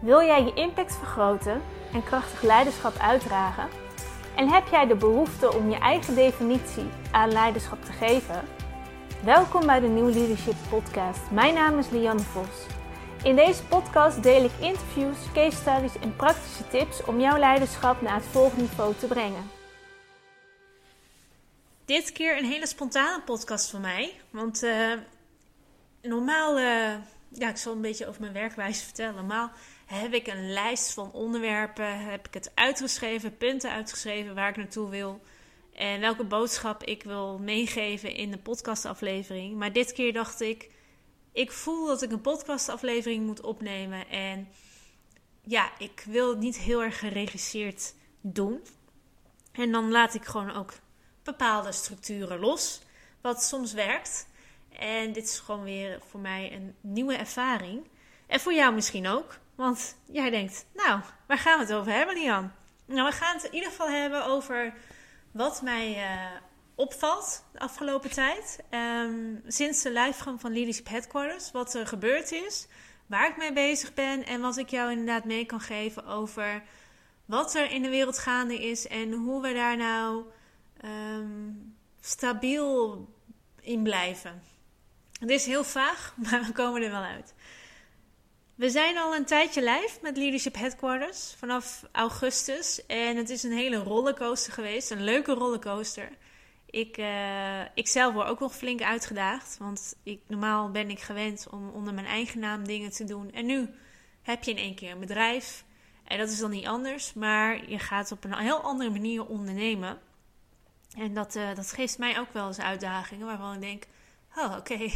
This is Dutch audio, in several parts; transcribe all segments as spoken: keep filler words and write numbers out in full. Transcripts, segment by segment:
Wil jij je impact vergroten en krachtig leiderschap uitdragen? En heb jij de behoefte om je eigen definitie aan leiderschap te geven? Welkom bij de New Leadership Podcast. Mijn naam is Lianne Vos. In deze podcast deel ik interviews, case studies en praktische tips om jouw leiderschap naar het volgende niveau te brengen. Dit keer een hele spontane podcast van mij. Want uh, normaal, uh, ja, ik zal een beetje over mijn werkwijze vertellen. Normaal heb ik een lijst van onderwerpen, heb ik het uitgeschreven, punten uitgeschreven waar ik naartoe wil. En welke boodschap ik wil meegeven in de podcastaflevering. Maar dit keer dacht ik, ik voel dat ik een podcastaflevering moet opnemen. En ja, ik wil het niet heel erg geregisseerd doen. En dan laat ik gewoon ook bepaalde structuren los, wat soms werkt. En dit is gewoon weer voor mij een nieuwe ervaring. En voor jou misschien ook. Want jij denkt, nou, waar gaan we het over hebben, Lian? Nou, we gaan het in ieder geval hebben over wat mij uh, opvalt de afgelopen tijd. Um, sinds de livegang van Leadership Headquarters. Wat er gebeurd is, waar ik mee bezig ben. En wat ik jou inderdaad mee kan geven over wat er in de wereld gaande is. En hoe we daar nou um, stabiel in blijven. Het is heel vaag, maar we komen er wel uit. We zijn al een tijdje live met Leadership Headquarters vanaf augustus. En het is een hele rollercoaster geweest. Een leuke rollercoaster. Ik, uh, ik zelf word ook nog flink uitgedaagd. Want ik, normaal ben ik gewend om onder mijn eigen naam dingen te doen. En nu heb je in één keer een bedrijf. En dat is dan niet anders. Maar je gaat op een heel andere manier ondernemen. En dat, uh, dat geeft mij ook wel eens uitdagingen. Waarvan ik denk, oh oké... Okay.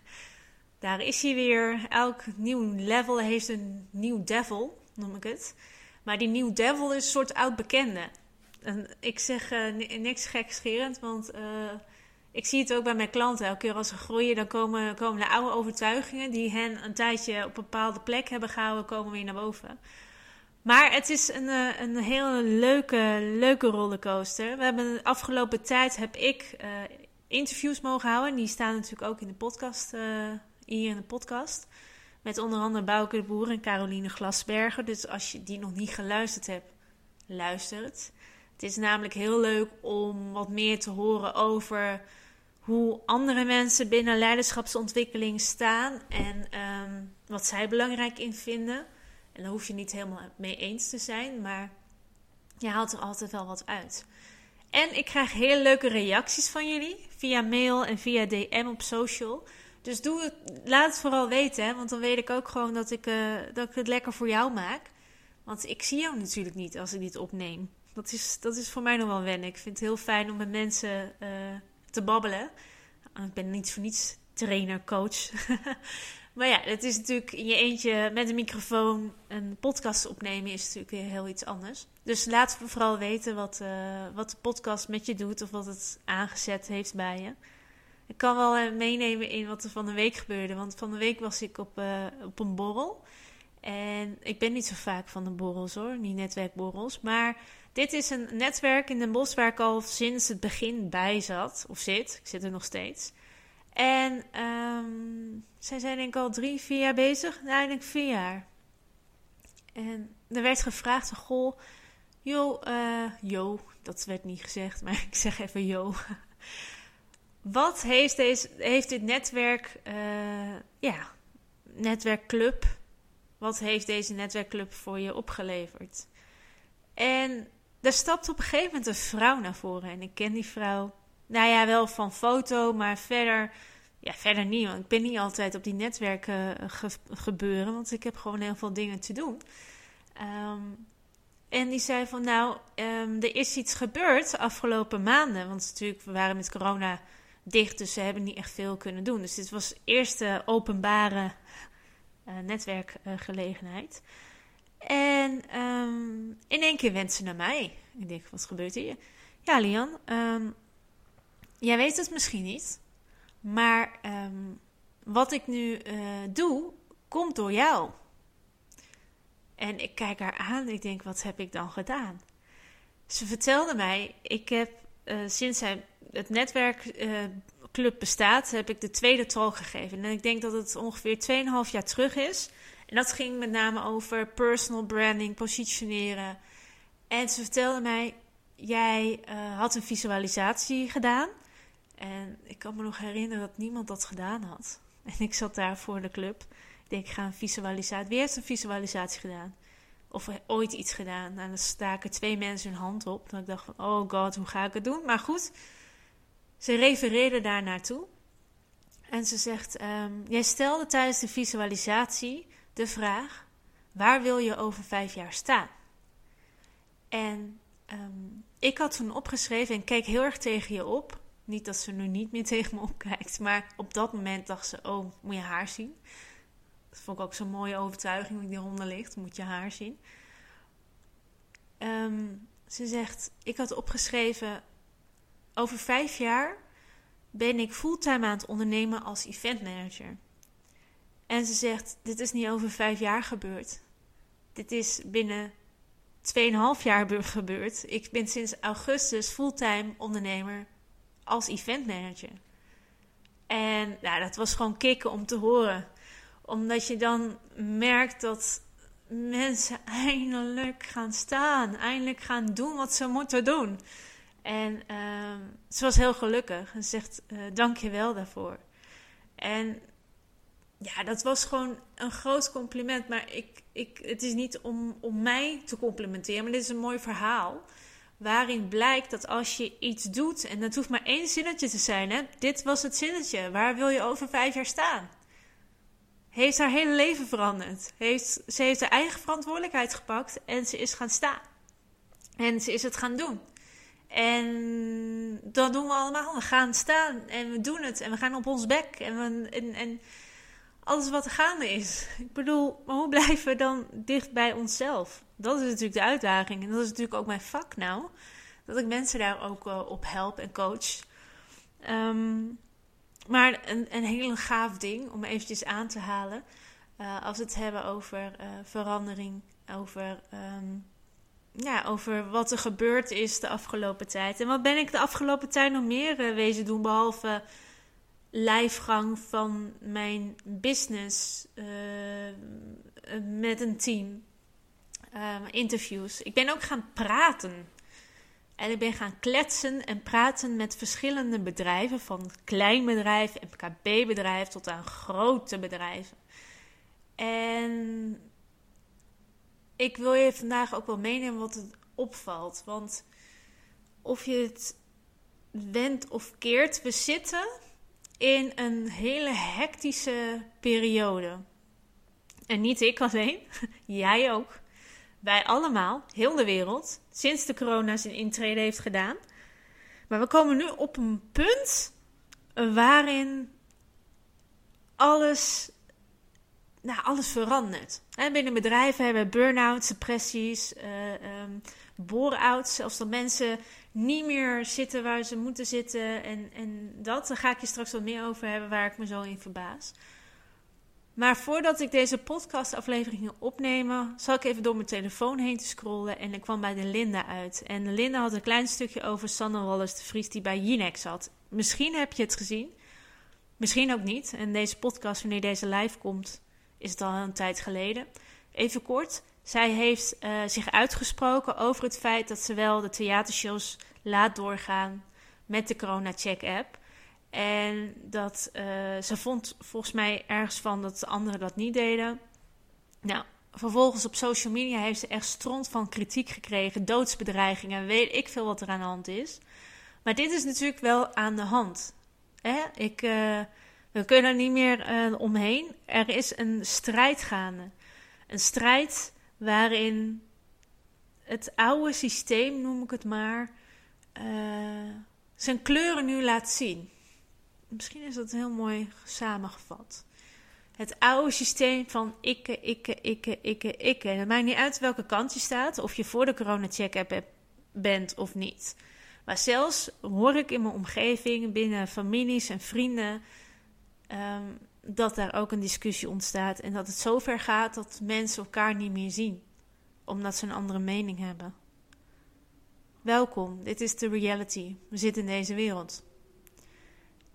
Daar is hij weer. Elk nieuw level heeft een nieuw devil, noem ik het. Maar die nieuw devil is een soort oud bekende. En ik zeg uh, niks gekscherend, want uh, ik zie het ook bij mijn klanten. Elke keer als ze groeien, dan komen, komen de oude overtuigingen die hen een tijdje op een bepaalde plek hebben gehouden, komen weer naar boven. Maar het is een, een hele leuke, leuke rollercoaster. We hebben de afgelopen tijd heb ik uh, interviews mogen houden. Die staan natuurlijk ook in de podcast. Uh, Hier in de podcast. Met onder andere Bouke de Boer en Caroline Glasberger. Dus als je die nog niet geluisterd hebt, luister het. Het is namelijk heel leuk om wat meer te horen over hoe andere mensen binnen leiderschapsontwikkeling staan. En um, wat zij belangrijk in vinden. En daar hoef je niet helemaal mee eens te zijn. Maar je haalt er altijd wel wat uit. En ik krijg hele leuke reacties van jullie. Via mail en via D M op social. Dus doe het, laat het vooral weten, hè? Want dan weet ik ook gewoon dat ik, uh, dat ik het lekker voor jou maak. Want ik zie jou natuurlijk niet als ik dit opneem. Dat is, dat is voor mij nog wel wennen. Ik vind het heel fijn om met mensen uh, te babbelen. Ik ben niet voor niets trainer, coach. Maar ja, het is natuurlijk in je eentje met een microfoon een podcast opnemen is natuurlijk weer heel iets anders. Dus laat me vooral weten wat, uh, wat de podcast met je doet of wat het aangezet heeft bij je. Ik kan wel meenemen in wat er van de week gebeurde. Want van de week was ik op, uh, op een borrel. En ik ben niet zo vaak van de borrels hoor. Niet netwerkborrels. Maar dit is een netwerk in Den Bosch waar ik al sinds het begin bij zat. Of zit. Ik zit er nog steeds. En um, zij zijn denk ik al drie, vier jaar bezig. Nou, ik denk vier jaar. En er werd gevraagd. Goh, joh, uh, joh. Dat werd niet gezegd. Maar ik zeg even joh. Wat heeft, deze, heeft dit netwerk, uh, ja, netwerkclub, wat heeft deze netwerkclub voor je opgeleverd? En daar stapt op een gegeven moment een vrouw naar voren. En ik ken die vrouw, nou ja, wel van foto, maar verder, ja, verder niet. Want ik ben niet altijd op die netwerken ge- gebeuren, want ik heb gewoon heel veel dingen te doen. Um, en die zei van, nou, um, er is iets gebeurd de afgelopen maanden. Want natuurlijk, we waren met corona dicht, dus ze hebben niet echt veel kunnen doen. Dus dit was de eerste openbare uh, netwerkgelegenheid. Uh, en um, in één keer went ze naar mij. Ik denk, wat gebeurt hier? Ja, Lian, um, jij weet het misschien niet, maar um, wat ik nu uh, doe, komt door jou. En ik kijk haar aan en ik denk, wat heb ik dan gedaan? Ze vertelde mij, ik heb uh, sinds zij het netwerk uh, club bestaat, heb ik de tweede talk gegeven. En ik denk dat het ongeveer twee komma vijf jaar terug is. En dat ging met name over personal branding, positioneren. En ze vertelde mij, jij uh, had een visualisatie gedaan. En ik kan me nog herinneren dat niemand dat gedaan had. En ik zat daar voor de club. Ik denk, ik ga een visualisatie. Wie heeft een visualisatie gedaan? Of ooit iets gedaan? En dan staken twee mensen hun hand op. Dan ik dacht van, oh god, hoe ga ik het doen? Maar goed, ze refereerde daar naartoe. En ze zegt, um, jij stelde tijdens de visualisatie de vraag, waar wil je over vijf jaar staan? En um, ik had toen opgeschreven en keek heel erg tegen je op. Niet dat ze nu niet meer tegen me opkijkt, maar op dat moment dacht ze, oh, moet je haar zien? Dat vond ik ook zo'n mooie overtuiging, hoe die eronder ligt, moet je haar zien. Um, ze zegt, ik had opgeschreven, over vijf jaar ben ik fulltime aan het ondernemen als eventmanager. En ze zegt, dit is niet over vijf jaar gebeurd. Dit is binnen tweeënhalf jaar gebeurd. Ik ben sinds augustus fulltime ondernemer als eventmanager. En nou, dat was gewoon kicken om te horen. Omdat je dan merkt dat mensen eindelijk gaan staan. Eindelijk gaan doen wat ze moeten doen. En uh, ze was heel gelukkig. En ze zegt, uh, dank je wel daarvoor. En ja, dat was gewoon een groot compliment. Maar ik, ik, het is niet om, om mij te complimenteren. Maar dit is een mooi verhaal. Waarin blijkt dat als je iets doet. En dat hoeft maar één zinnetje te zijn. Hè? Dit was het zinnetje. Waar wil je over vijf jaar staan? Heeft haar hele leven veranderd. Heeft, ze heeft haar eigen verantwoordelijkheid gepakt. En ze is gaan staan. En ze is het gaan doen. En dat doen we allemaal. We gaan staan en we doen het. En we gaan op ons bek. En, we, en, en alles wat er gaande is. Ik bedoel, maar hoe blijven we dan dicht bij onszelf? Dat is natuurlijk de uitdaging. En dat is natuurlijk ook mijn vak nou. Dat ik mensen daar ook uh, op help en coach. Um, maar een, een hele gaaf ding om eventjes aan te halen. Uh, als we het hebben over uh, verandering. Over... Um, Ja, over wat er gebeurd is de afgelopen tijd. En wat ben ik de afgelopen tijd nog meer uh, wezen doen, behalve lijfgang van mijn business uh, met een team. Uh, interviews. Ik ben ook gaan praten. En ik ben gaan kletsen en praten met verschillende bedrijven. Van klein bedrijf, M K B-bedrijf tot aan grote bedrijven. En ik wil je vandaag ook wel meenemen wat het opvalt. Want of je het wendt of keert, we zitten in een hele hectische periode. En niet ik alleen, jij ook. Wij allemaal, heel de wereld, sinds de corona zijn intrede heeft gedaan. Maar we komen nu op een punt waarin alles... Nou, alles verandert. En binnen bedrijven hebben we burn-outs, depressies, uh, um, bore-outs. Zelfs dat mensen niet meer zitten waar ze moeten zitten. En, en dat, daar ga ik je straks wat meer over hebben, waar ik me zo in verbaas. Maar voordat ik deze podcastaflevering ging opnemen, zal ik even door mijn telefoon heen te scrollen. En ik kwam bij de Linda uit. En de Linda had een klein stukje over Sanne Wallis de Vries die bij Jinek zat. Misschien heb je het gezien. Misschien ook niet. En deze podcast, wanneer deze live komt, is het al een tijd geleden. Even kort. Zij heeft uh, zich uitgesproken over het feit dat ze wel de theatershows laat doorgaan met de Corona Check app. En dat uh, ze vond volgens mij ergens van dat de anderen dat niet deden. Nou, vervolgens op social media heeft ze echt stront van kritiek gekregen. Doodsbedreigingen, weet ik veel wat er aan de hand is. Maar dit is natuurlijk wel aan de hand. Hè? Ik... Uh, We kunnen er niet meer uh, omheen. Er is een strijd gaande. Een strijd waarin het oude systeem, noem ik het maar, uh, zijn kleuren nu laat zien. Misschien is dat heel mooi samengevat. Het oude systeem van ikke, ikke, ikke, ikke, ikke. Het maakt niet uit welke kant je staat, of je voor de corona-check-app bent of niet. Maar zelfs hoor ik in mijn omgeving, binnen families en vrienden, Um, dat daar ook een discussie ontstaat. En dat het zover gaat dat mensen elkaar niet meer zien. Omdat ze een andere mening hebben. Welkom, dit is de reality. We zitten in deze wereld.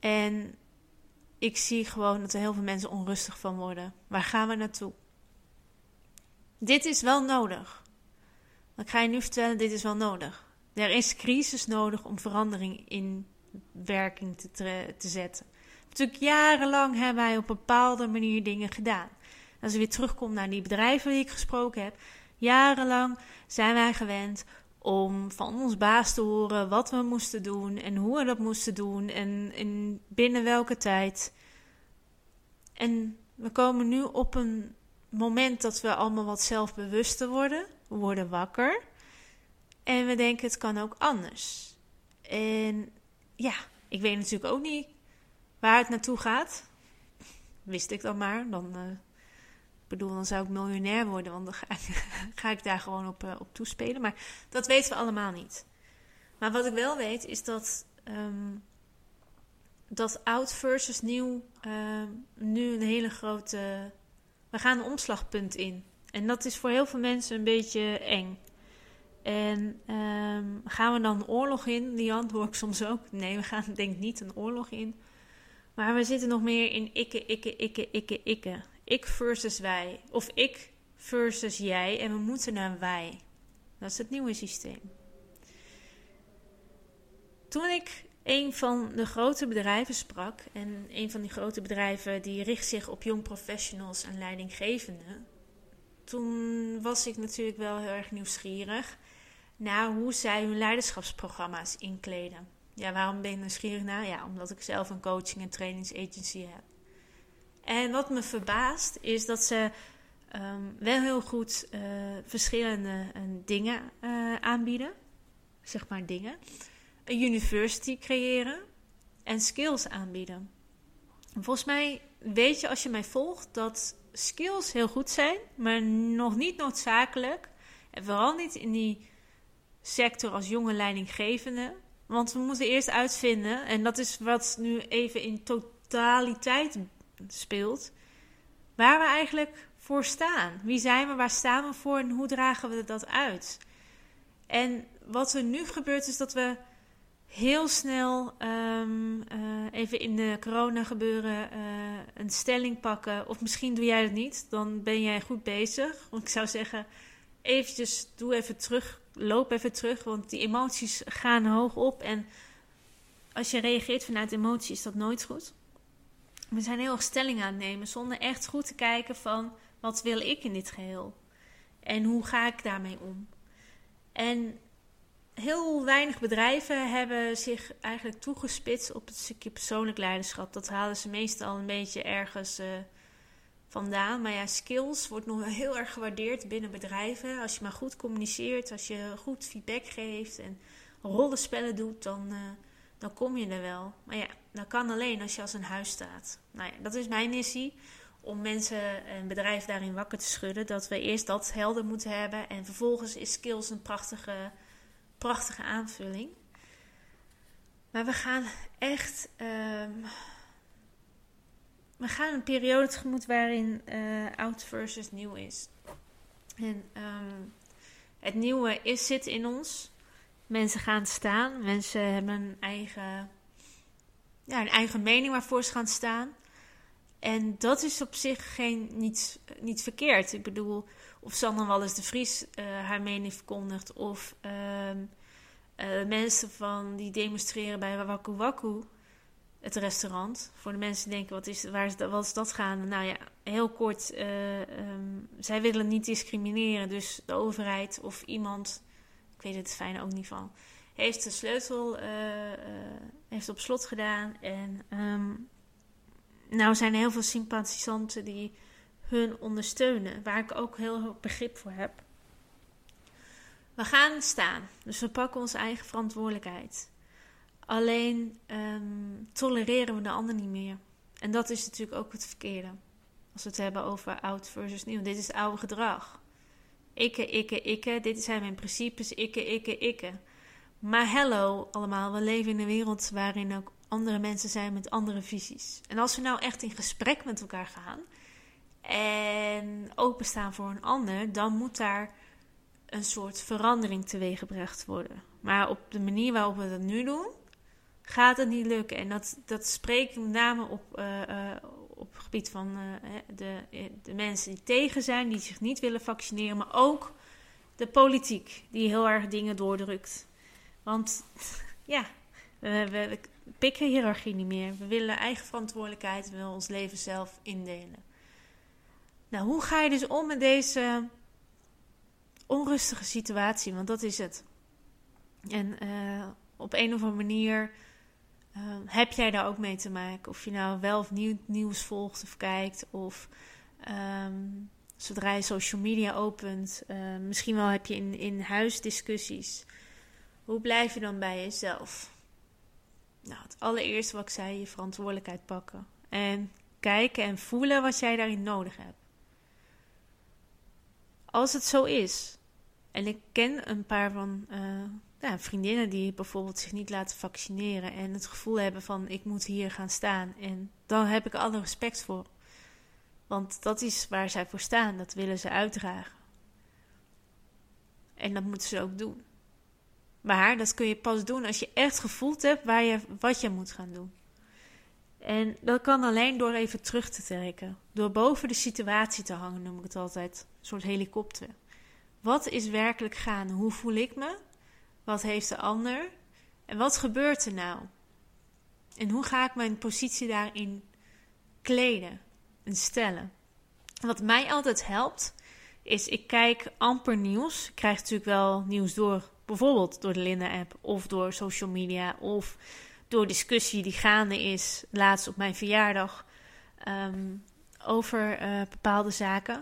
En ik zie gewoon dat er heel veel mensen onrustig van worden. Waar gaan we naartoe? Dit is wel nodig. Ik ga je nu vertellen, dit is wel nodig. Er is crisis nodig om verandering in werking te, tre- te zetten. Natuurlijk jarenlang hebben wij op een bepaalde manier dingen gedaan. Als je weer terugkomt naar die bedrijven die ik gesproken heb. Jarenlang zijn wij gewend om van ons baas te horen wat we moesten doen en hoe we dat moesten doen en, en binnen welke tijd. En we komen nu op een moment dat we allemaal wat zelfbewuster worden. We worden wakker. En we denken het kan ook anders. En ja, ik weet natuurlijk ook niet waar het naartoe gaat. Wist ik dan maar. Dan, uh, ik bedoel, dan zou ik miljonair worden. Want dan ga ik, ga ik daar gewoon op, uh, op toespelen. Maar dat weten we allemaal niet. Maar wat ik wel weet is dat, um, dat oud versus nieuw uh, nu een hele grote... We gaan een omslagpunt in. En dat is voor heel veel mensen een beetje eng. En um, gaan we dan een oorlog in? Die hoor ik soms ook. Nee, we gaan denk ik niet een oorlog in. Maar we zitten nog meer in ikke, ikke, ikke, ikke, ikke. Ik versus wij. Of ik versus jij. En we moeten naar wij. Dat is het nieuwe systeem. Toen ik een van de grote bedrijven sprak. En een van die grote bedrijven die richt zich op jong professionals en leidinggevenden. Toen was ik natuurlijk wel heel erg nieuwsgierig naar hoe zij hun leiderschapsprogramma's inkleden. Ja, waarom ben ik nieuwsgierig naar? Ja, omdat ik zelf een coaching- en trainingsagency heb. En wat me verbaast is dat ze um, wel heel goed uh, verschillende uh, dingen uh, aanbieden. Zeg maar dingen. Een university creëren en skills aanbieden. En volgens mij weet je als je mij volgt dat skills heel goed zijn, maar nog niet noodzakelijk. En vooral niet in die sector als jonge leidinggevende. Want we moeten eerst uitvinden, en dat is wat nu even in totaliteit speelt, waar we eigenlijk voor staan. Wie zijn we, waar staan we voor en hoe dragen we dat uit? En wat er nu gebeurt is dat we heel snel, um, uh, even in de corona gebeuren, uh, een stelling pakken. Of misschien doe jij het niet, dan ben jij goed bezig. Want ik zou zeggen, eventjes doe even terug, loop even terug. Want die emoties gaan hoog op. En als je reageert vanuit emotie is dat nooit goed. We zijn heel erg stelling aan het nemen zonder echt goed te kijken van wat wil ik in dit geheel? En hoe ga ik daarmee om? En heel weinig bedrijven hebben zich eigenlijk toegespitst op het stukje persoonlijk leiderschap. Dat halen ze meestal een beetje ergens uh, vandaan. Maar ja, skills wordt nog heel erg gewaardeerd binnen bedrijven. Als je maar goed communiceert, als je goed feedback geeft en rollenspellen doet, dan, uh, dan kom je er wel. Maar ja, dat kan alleen als je als een huis staat. Nou ja, dat is mijn missie. Om mensen en bedrijf daarin wakker te schudden. Dat we eerst dat helder moeten hebben. En vervolgens is skills een prachtige... prachtige aanvulling. Maar we gaan echt... Um, we gaan een periode tegemoet waarin uh, oud versus nieuw is. En um, het nieuwe is, zit in ons. Mensen gaan staan. Mensen hebben een eigen... Ja, een eigen mening waarvoor ze gaan staan. En dat is op zich geen, niet, niet verkeerd. Ik bedoel, of Sanne Wallis de Vries uh, haar mening verkondigt. Of uh, uh, mensen van die demonstreren bij Waku Waku, het restaurant. Voor de mensen die denken, wat is, waar is, dat, wat is dat gaande? Nou ja, heel kort. Uh, um, zij willen niet discrimineren. Dus de overheid of iemand, ik weet het fijne ook niet van, heeft de sleutel uh, uh, heeft op slot gedaan. En... Um, Nou zijn er heel veel sympathisanten die hun ondersteunen. Waar ik ook heel veel begrip voor heb. We gaan staan. Dus we pakken onze eigen verantwoordelijkheid. Alleen um, tolereren we de ander niet meer. En dat is natuurlijk ook het verkeerde. Als we het hebben over oud versus nieuw. Dit is het oude gedrag. Ikke, ikke, ikke. Dit zijn mijn principes. Ikke, ikke, ikke. Maar hello allemaal. We leven in een wereld waarin ook andere mensen zijn met andere visies. En als we nou echt in gesprek met elkaar gaan en openstaan voor een ander, dan moet daar een soort verandering teweeggebracht worden. Maar op de manier waarop we dat nu doen, gaat het niet lukken. En dat, dat spreekt met name op, uh, uh, op het gebied van uh, de, de mensen die tegen zijn, die zich niet willen vaccineren, maar ook de politiek, die heel erg dingen doordrukt. Want ja, we, we, we pikken hiërarchie niet meer. We willen eigen verantwoordelijkheid, we willen ons leven zelf indelen. Nou, hoe ga je dus om met deze onrustige situatie? Want dat is het. En uh, op een of andere manier uh, heb jij daar ook mee te maken. Of je nou wel of nieuw, nieuws volgt of kijkt. Of um, zodra je social media opent. Uh, misschien wel heb je in, in huis discussies. Hoe blijf je dan bij jezelf? Nou, het allereerste wat ik zei, je verantwoordelijkheid pakken. En kijken en voelen wat jij daarin nodig hebt. Als het zo is. En ik ken een paar van uh, ja, vriendinnen die bijvoorbeeld zich niet laten vaccineren. En het gevoel hebben van ik moet hier gaan staan. En daar heb ik alle respect voor. Want dat is waar zij voor staan. Dat willen ze uitdragen. En dat moeten ze ook doen. Maar dat kun je pas doen als je echt gevoeld hebt waar je, wat je moet gaan doen. En dat kan alleen door even terug te trekken. Door boven de situatie te hangen, noem ik het altijd. Een soort helikopter. Wat is werkelijk gaande? Hoe voel ik me? Wat heeft de ander? En wat gebeurt er nou? En hoe ga ik mijn positie daarin kleden en stellen? En wat mij altijd helpt, is ik kijk amper nieuws. Ik krijg natuurlijk wel nieuws door, bijvoorbeeld door de Linda-app of door social media of door discussie die gaande is, laatst op mijn verjaardag, um, over uh, bepaalde zaken.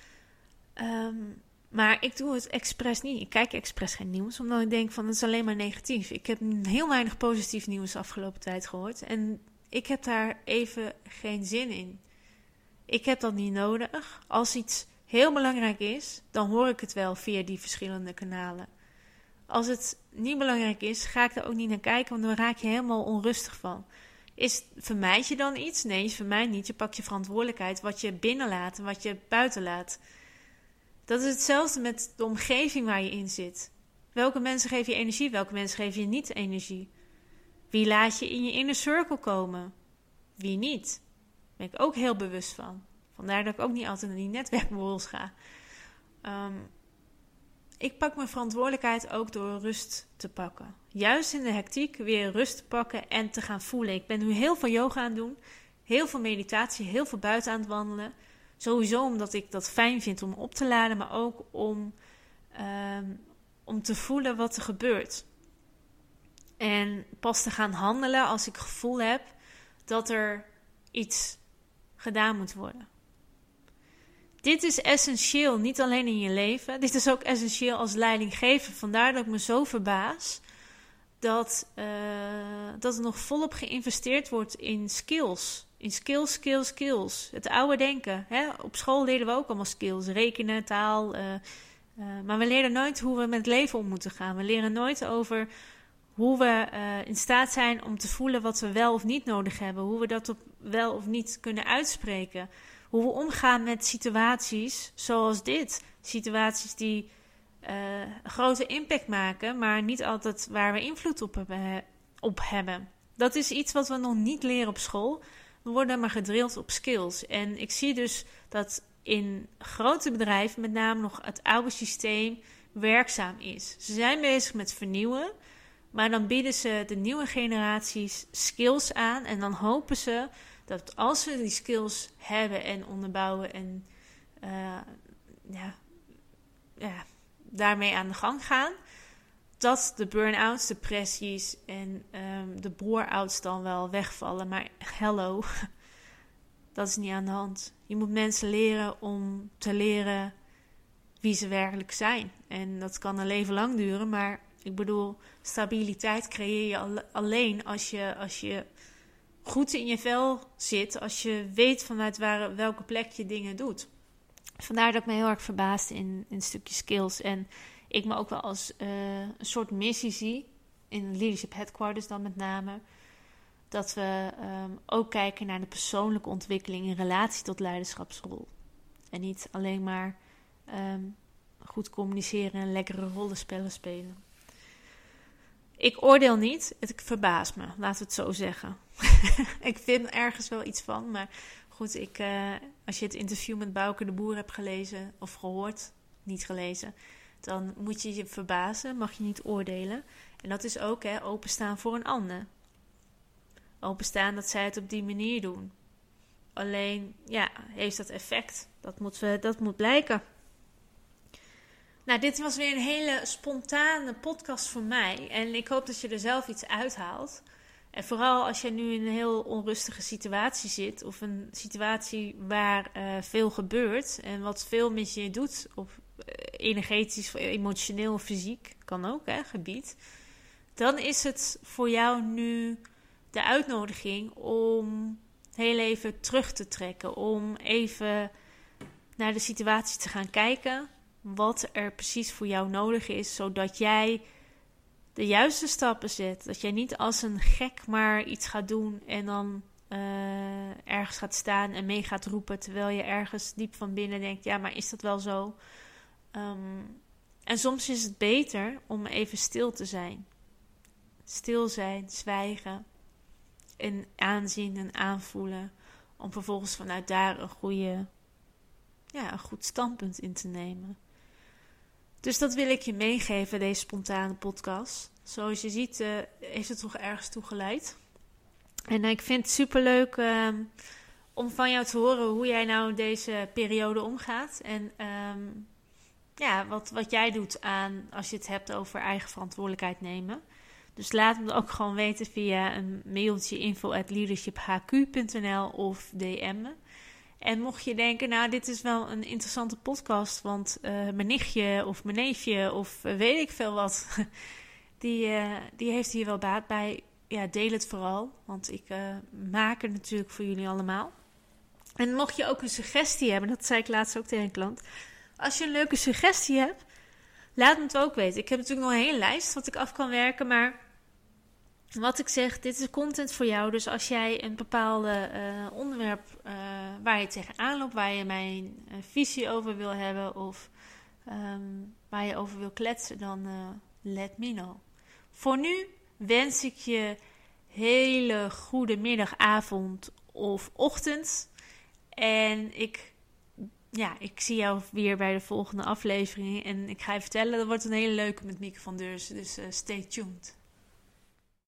Um, maar ik doe het expres niet. Ik kijk expres geen nieuws, omdat ik denk van het is alleen maar negatief. Ik heb heel weinig positief nieuws de afgelopen tijd gehoord. En ik heb daar even geen zin in. Ik heb dat niet nodig. Als iets heel belangrijk is, dan hoor ik het wel via die verschillende kanalen. Als het niet belangrijk is, ga ik er ook niet naar kijken, want dan raak je helemaal onrustig van. Is, vermijd je dan iets? Nee, je vermijdt niet. Je pakt je verantwoordelijkheid, wat je binnenlaat en wat je buiten laat. Dat is hetzelfde met de omgeving waar je in zit. Welke mensen geven je energie, welke mensen geven je niet energie? Wie laat je in je inner circle komen? Wie niet? Daar ben ik ook heel bewust van. Vandaar dat ik ook niet altijd naar die netwerkborrels ga. Um, ik pak mijn verantwoordelijkheid ook door rust te pakken. Juist in de hectiek weer rust te pakken en te gaan voelen. Ik ben nu heel veel yoga aan het doen. Heel veel meditatie, heel veel buiten aan het wandelen. Sowieso omdat ik dat fijn vind om op te laden, maar ook om, um, om te voelen wat er gebeurt. En pas te gaan handelen als ik het gevoel heb dat er iets gedaan moet worden. Dit is essentieel, niet alleen in je leven. Dit is ook essentieel als leidinggever. Vandaar dat ik me zo verbaas dat, uh, dat er nog volop geïnvesteerd wordt in skills. In skills, skills, skills. Het oude denken. Hè? Op school leren we ook allemaal skills. Rekenen, taal. Uh, uh, maar we leren nooit hoe we met het leven om moeten gaan. We leren nooit over hoe we uh, in staat zijn om te voelen wat we wel of niet nodig hebben. Hoe we dat op wel of niet kunnen uitspreken. Hoe we omgaan met situaties zoals dit. Situaties die uh, een grote impact maken, maar niet altijd waar we invloed op hebben, op hebben. Dat is iets wat we nog niet leren op school. We worden maar gedrild op skills. En ik zie dus dat in grote bedrijven met name nog het oude systeem werkzaam is. Ze zijn bezig met vernieuwen, maar dan bieden ze de nieuwe generaties skills aan en dan hopen ze dat als we die skills hebben en onderbouwen en uh, ja, ja, daarmee aan de gang gaan, dat de burn-outs, depressies en um, de bore-outs dan wel wegvallen. Maar hello, dat is niet aan de hand. Je moet mensen leren om te leren wie ze werkelijk zijn. En dat kan een leven lang duren, maar ik bedoel, stabiliteit creëer je al, alleen als je, als je goed in je vel zit, als je weet vanuit waar, welke plek je dingen doet. Vandaar dat ik me heel erg verbaasd in, in een stukje skills. En ik me ook wel als uh, een soort missie zie, in Leadership Headquarters dan met name, dat we um, ook kijken naar de persoonlijke ontwikkeling in relatie tot leiderschapsrol. En niet alleen maar um, goed communiceren en lekkere rollenspellen spelen. Ik oordeel niet, ik verbaas me, laten we het zo zeggen. Ik vind ergens wel iets van, maar goed, ik, uh, als je het interview met Bouke de Boer hebt gelezen of gehoord, niet gelezen, dan moet je je verbazen, mag je niet oordelen. En dat is ook hè, openstaan voor een ander. Openstaan dat zij het op die manier doen. Alleen, ja, heeft dat effect? Dat moet, uh, dat moet blijken. Nou, dit was weer een hele spontane podcast voor mij. En ik hoop dat je er zelf iets uithaalt. En vooral als je nu in een heel onrustige situatie zit. Of een situatie waar uh, veel gebeurt. En wat veel met je doet. Op uh, energetisch, emotioneel of fysiek. Kan ook, hè, gebied. Dan is het voor jou nu de uitnodiging om heel even terug te trekken. Om even naar de situatie te gaan kijken. Wat er precies voor jou nodig is, zodat jij de juiste stappen zet. Dat jij niet als een gek maar iets gaat doen en dan uh, ergens gaat staan en mee gaat roepen, terwijl je ergens diep van binnen denkt, ja, maar is dat wel zo? Um, en soms is het beter om even stil te zijn. Stil zijn, zwijgen en aanzien en aanvoelen, om vervolgens vanuit daar een goede, ja, een goed standpunt in te nemen. Dus dat wil ik je meegeven, deze spontane podcast. Zoals je ziet, uh, heeft het toch ergens toe geleid. En uh, ik vind het superleuk uh, om van jou te horen hoe jij nou deze periode omgaat. En um, ja, wat, wat jij doet aan als je het hebt over eigen verantwoordelijkheid nemen. Dus laat me ook gewoon weten via een mailtje info at leadership h q punt n l of D M'en. En mocht je denken, nou, dit is wel een interessante podcast, want uh, mijn nichtje of mijn neefje of uh, weet ik veel wat, die, uh, die heeft hier wel baat bij. Ja, deel het vooral, want ik uh, maak het natuurlijk voor jullie allemaal. En mocht je ook een suggestie hebben, dat zei ik laatst ook tegen een klant. Als je een leuke suggestie hebt, laat me het ook weten. Ik heb natuurlijk nog een hele lijst wat ik af kan werken, maar wat ik zeg, dit is content voor jou. Dus als jij een bepaalde uh, onderwerp uh, waar je tegenaan loopt, waar je mijn uh, visie over wil hebben of um, waar je over wil kletsen, dan uh, let me know. Voor nu wens ik je hele goede middag, avond of ochtend. En ik, ja, ik zie jou weer bij de volgende aflevering. En ik ga je vertellen, dat wordt een hele leuke met Mieke van Deurzen. Dus uh, stay tuned.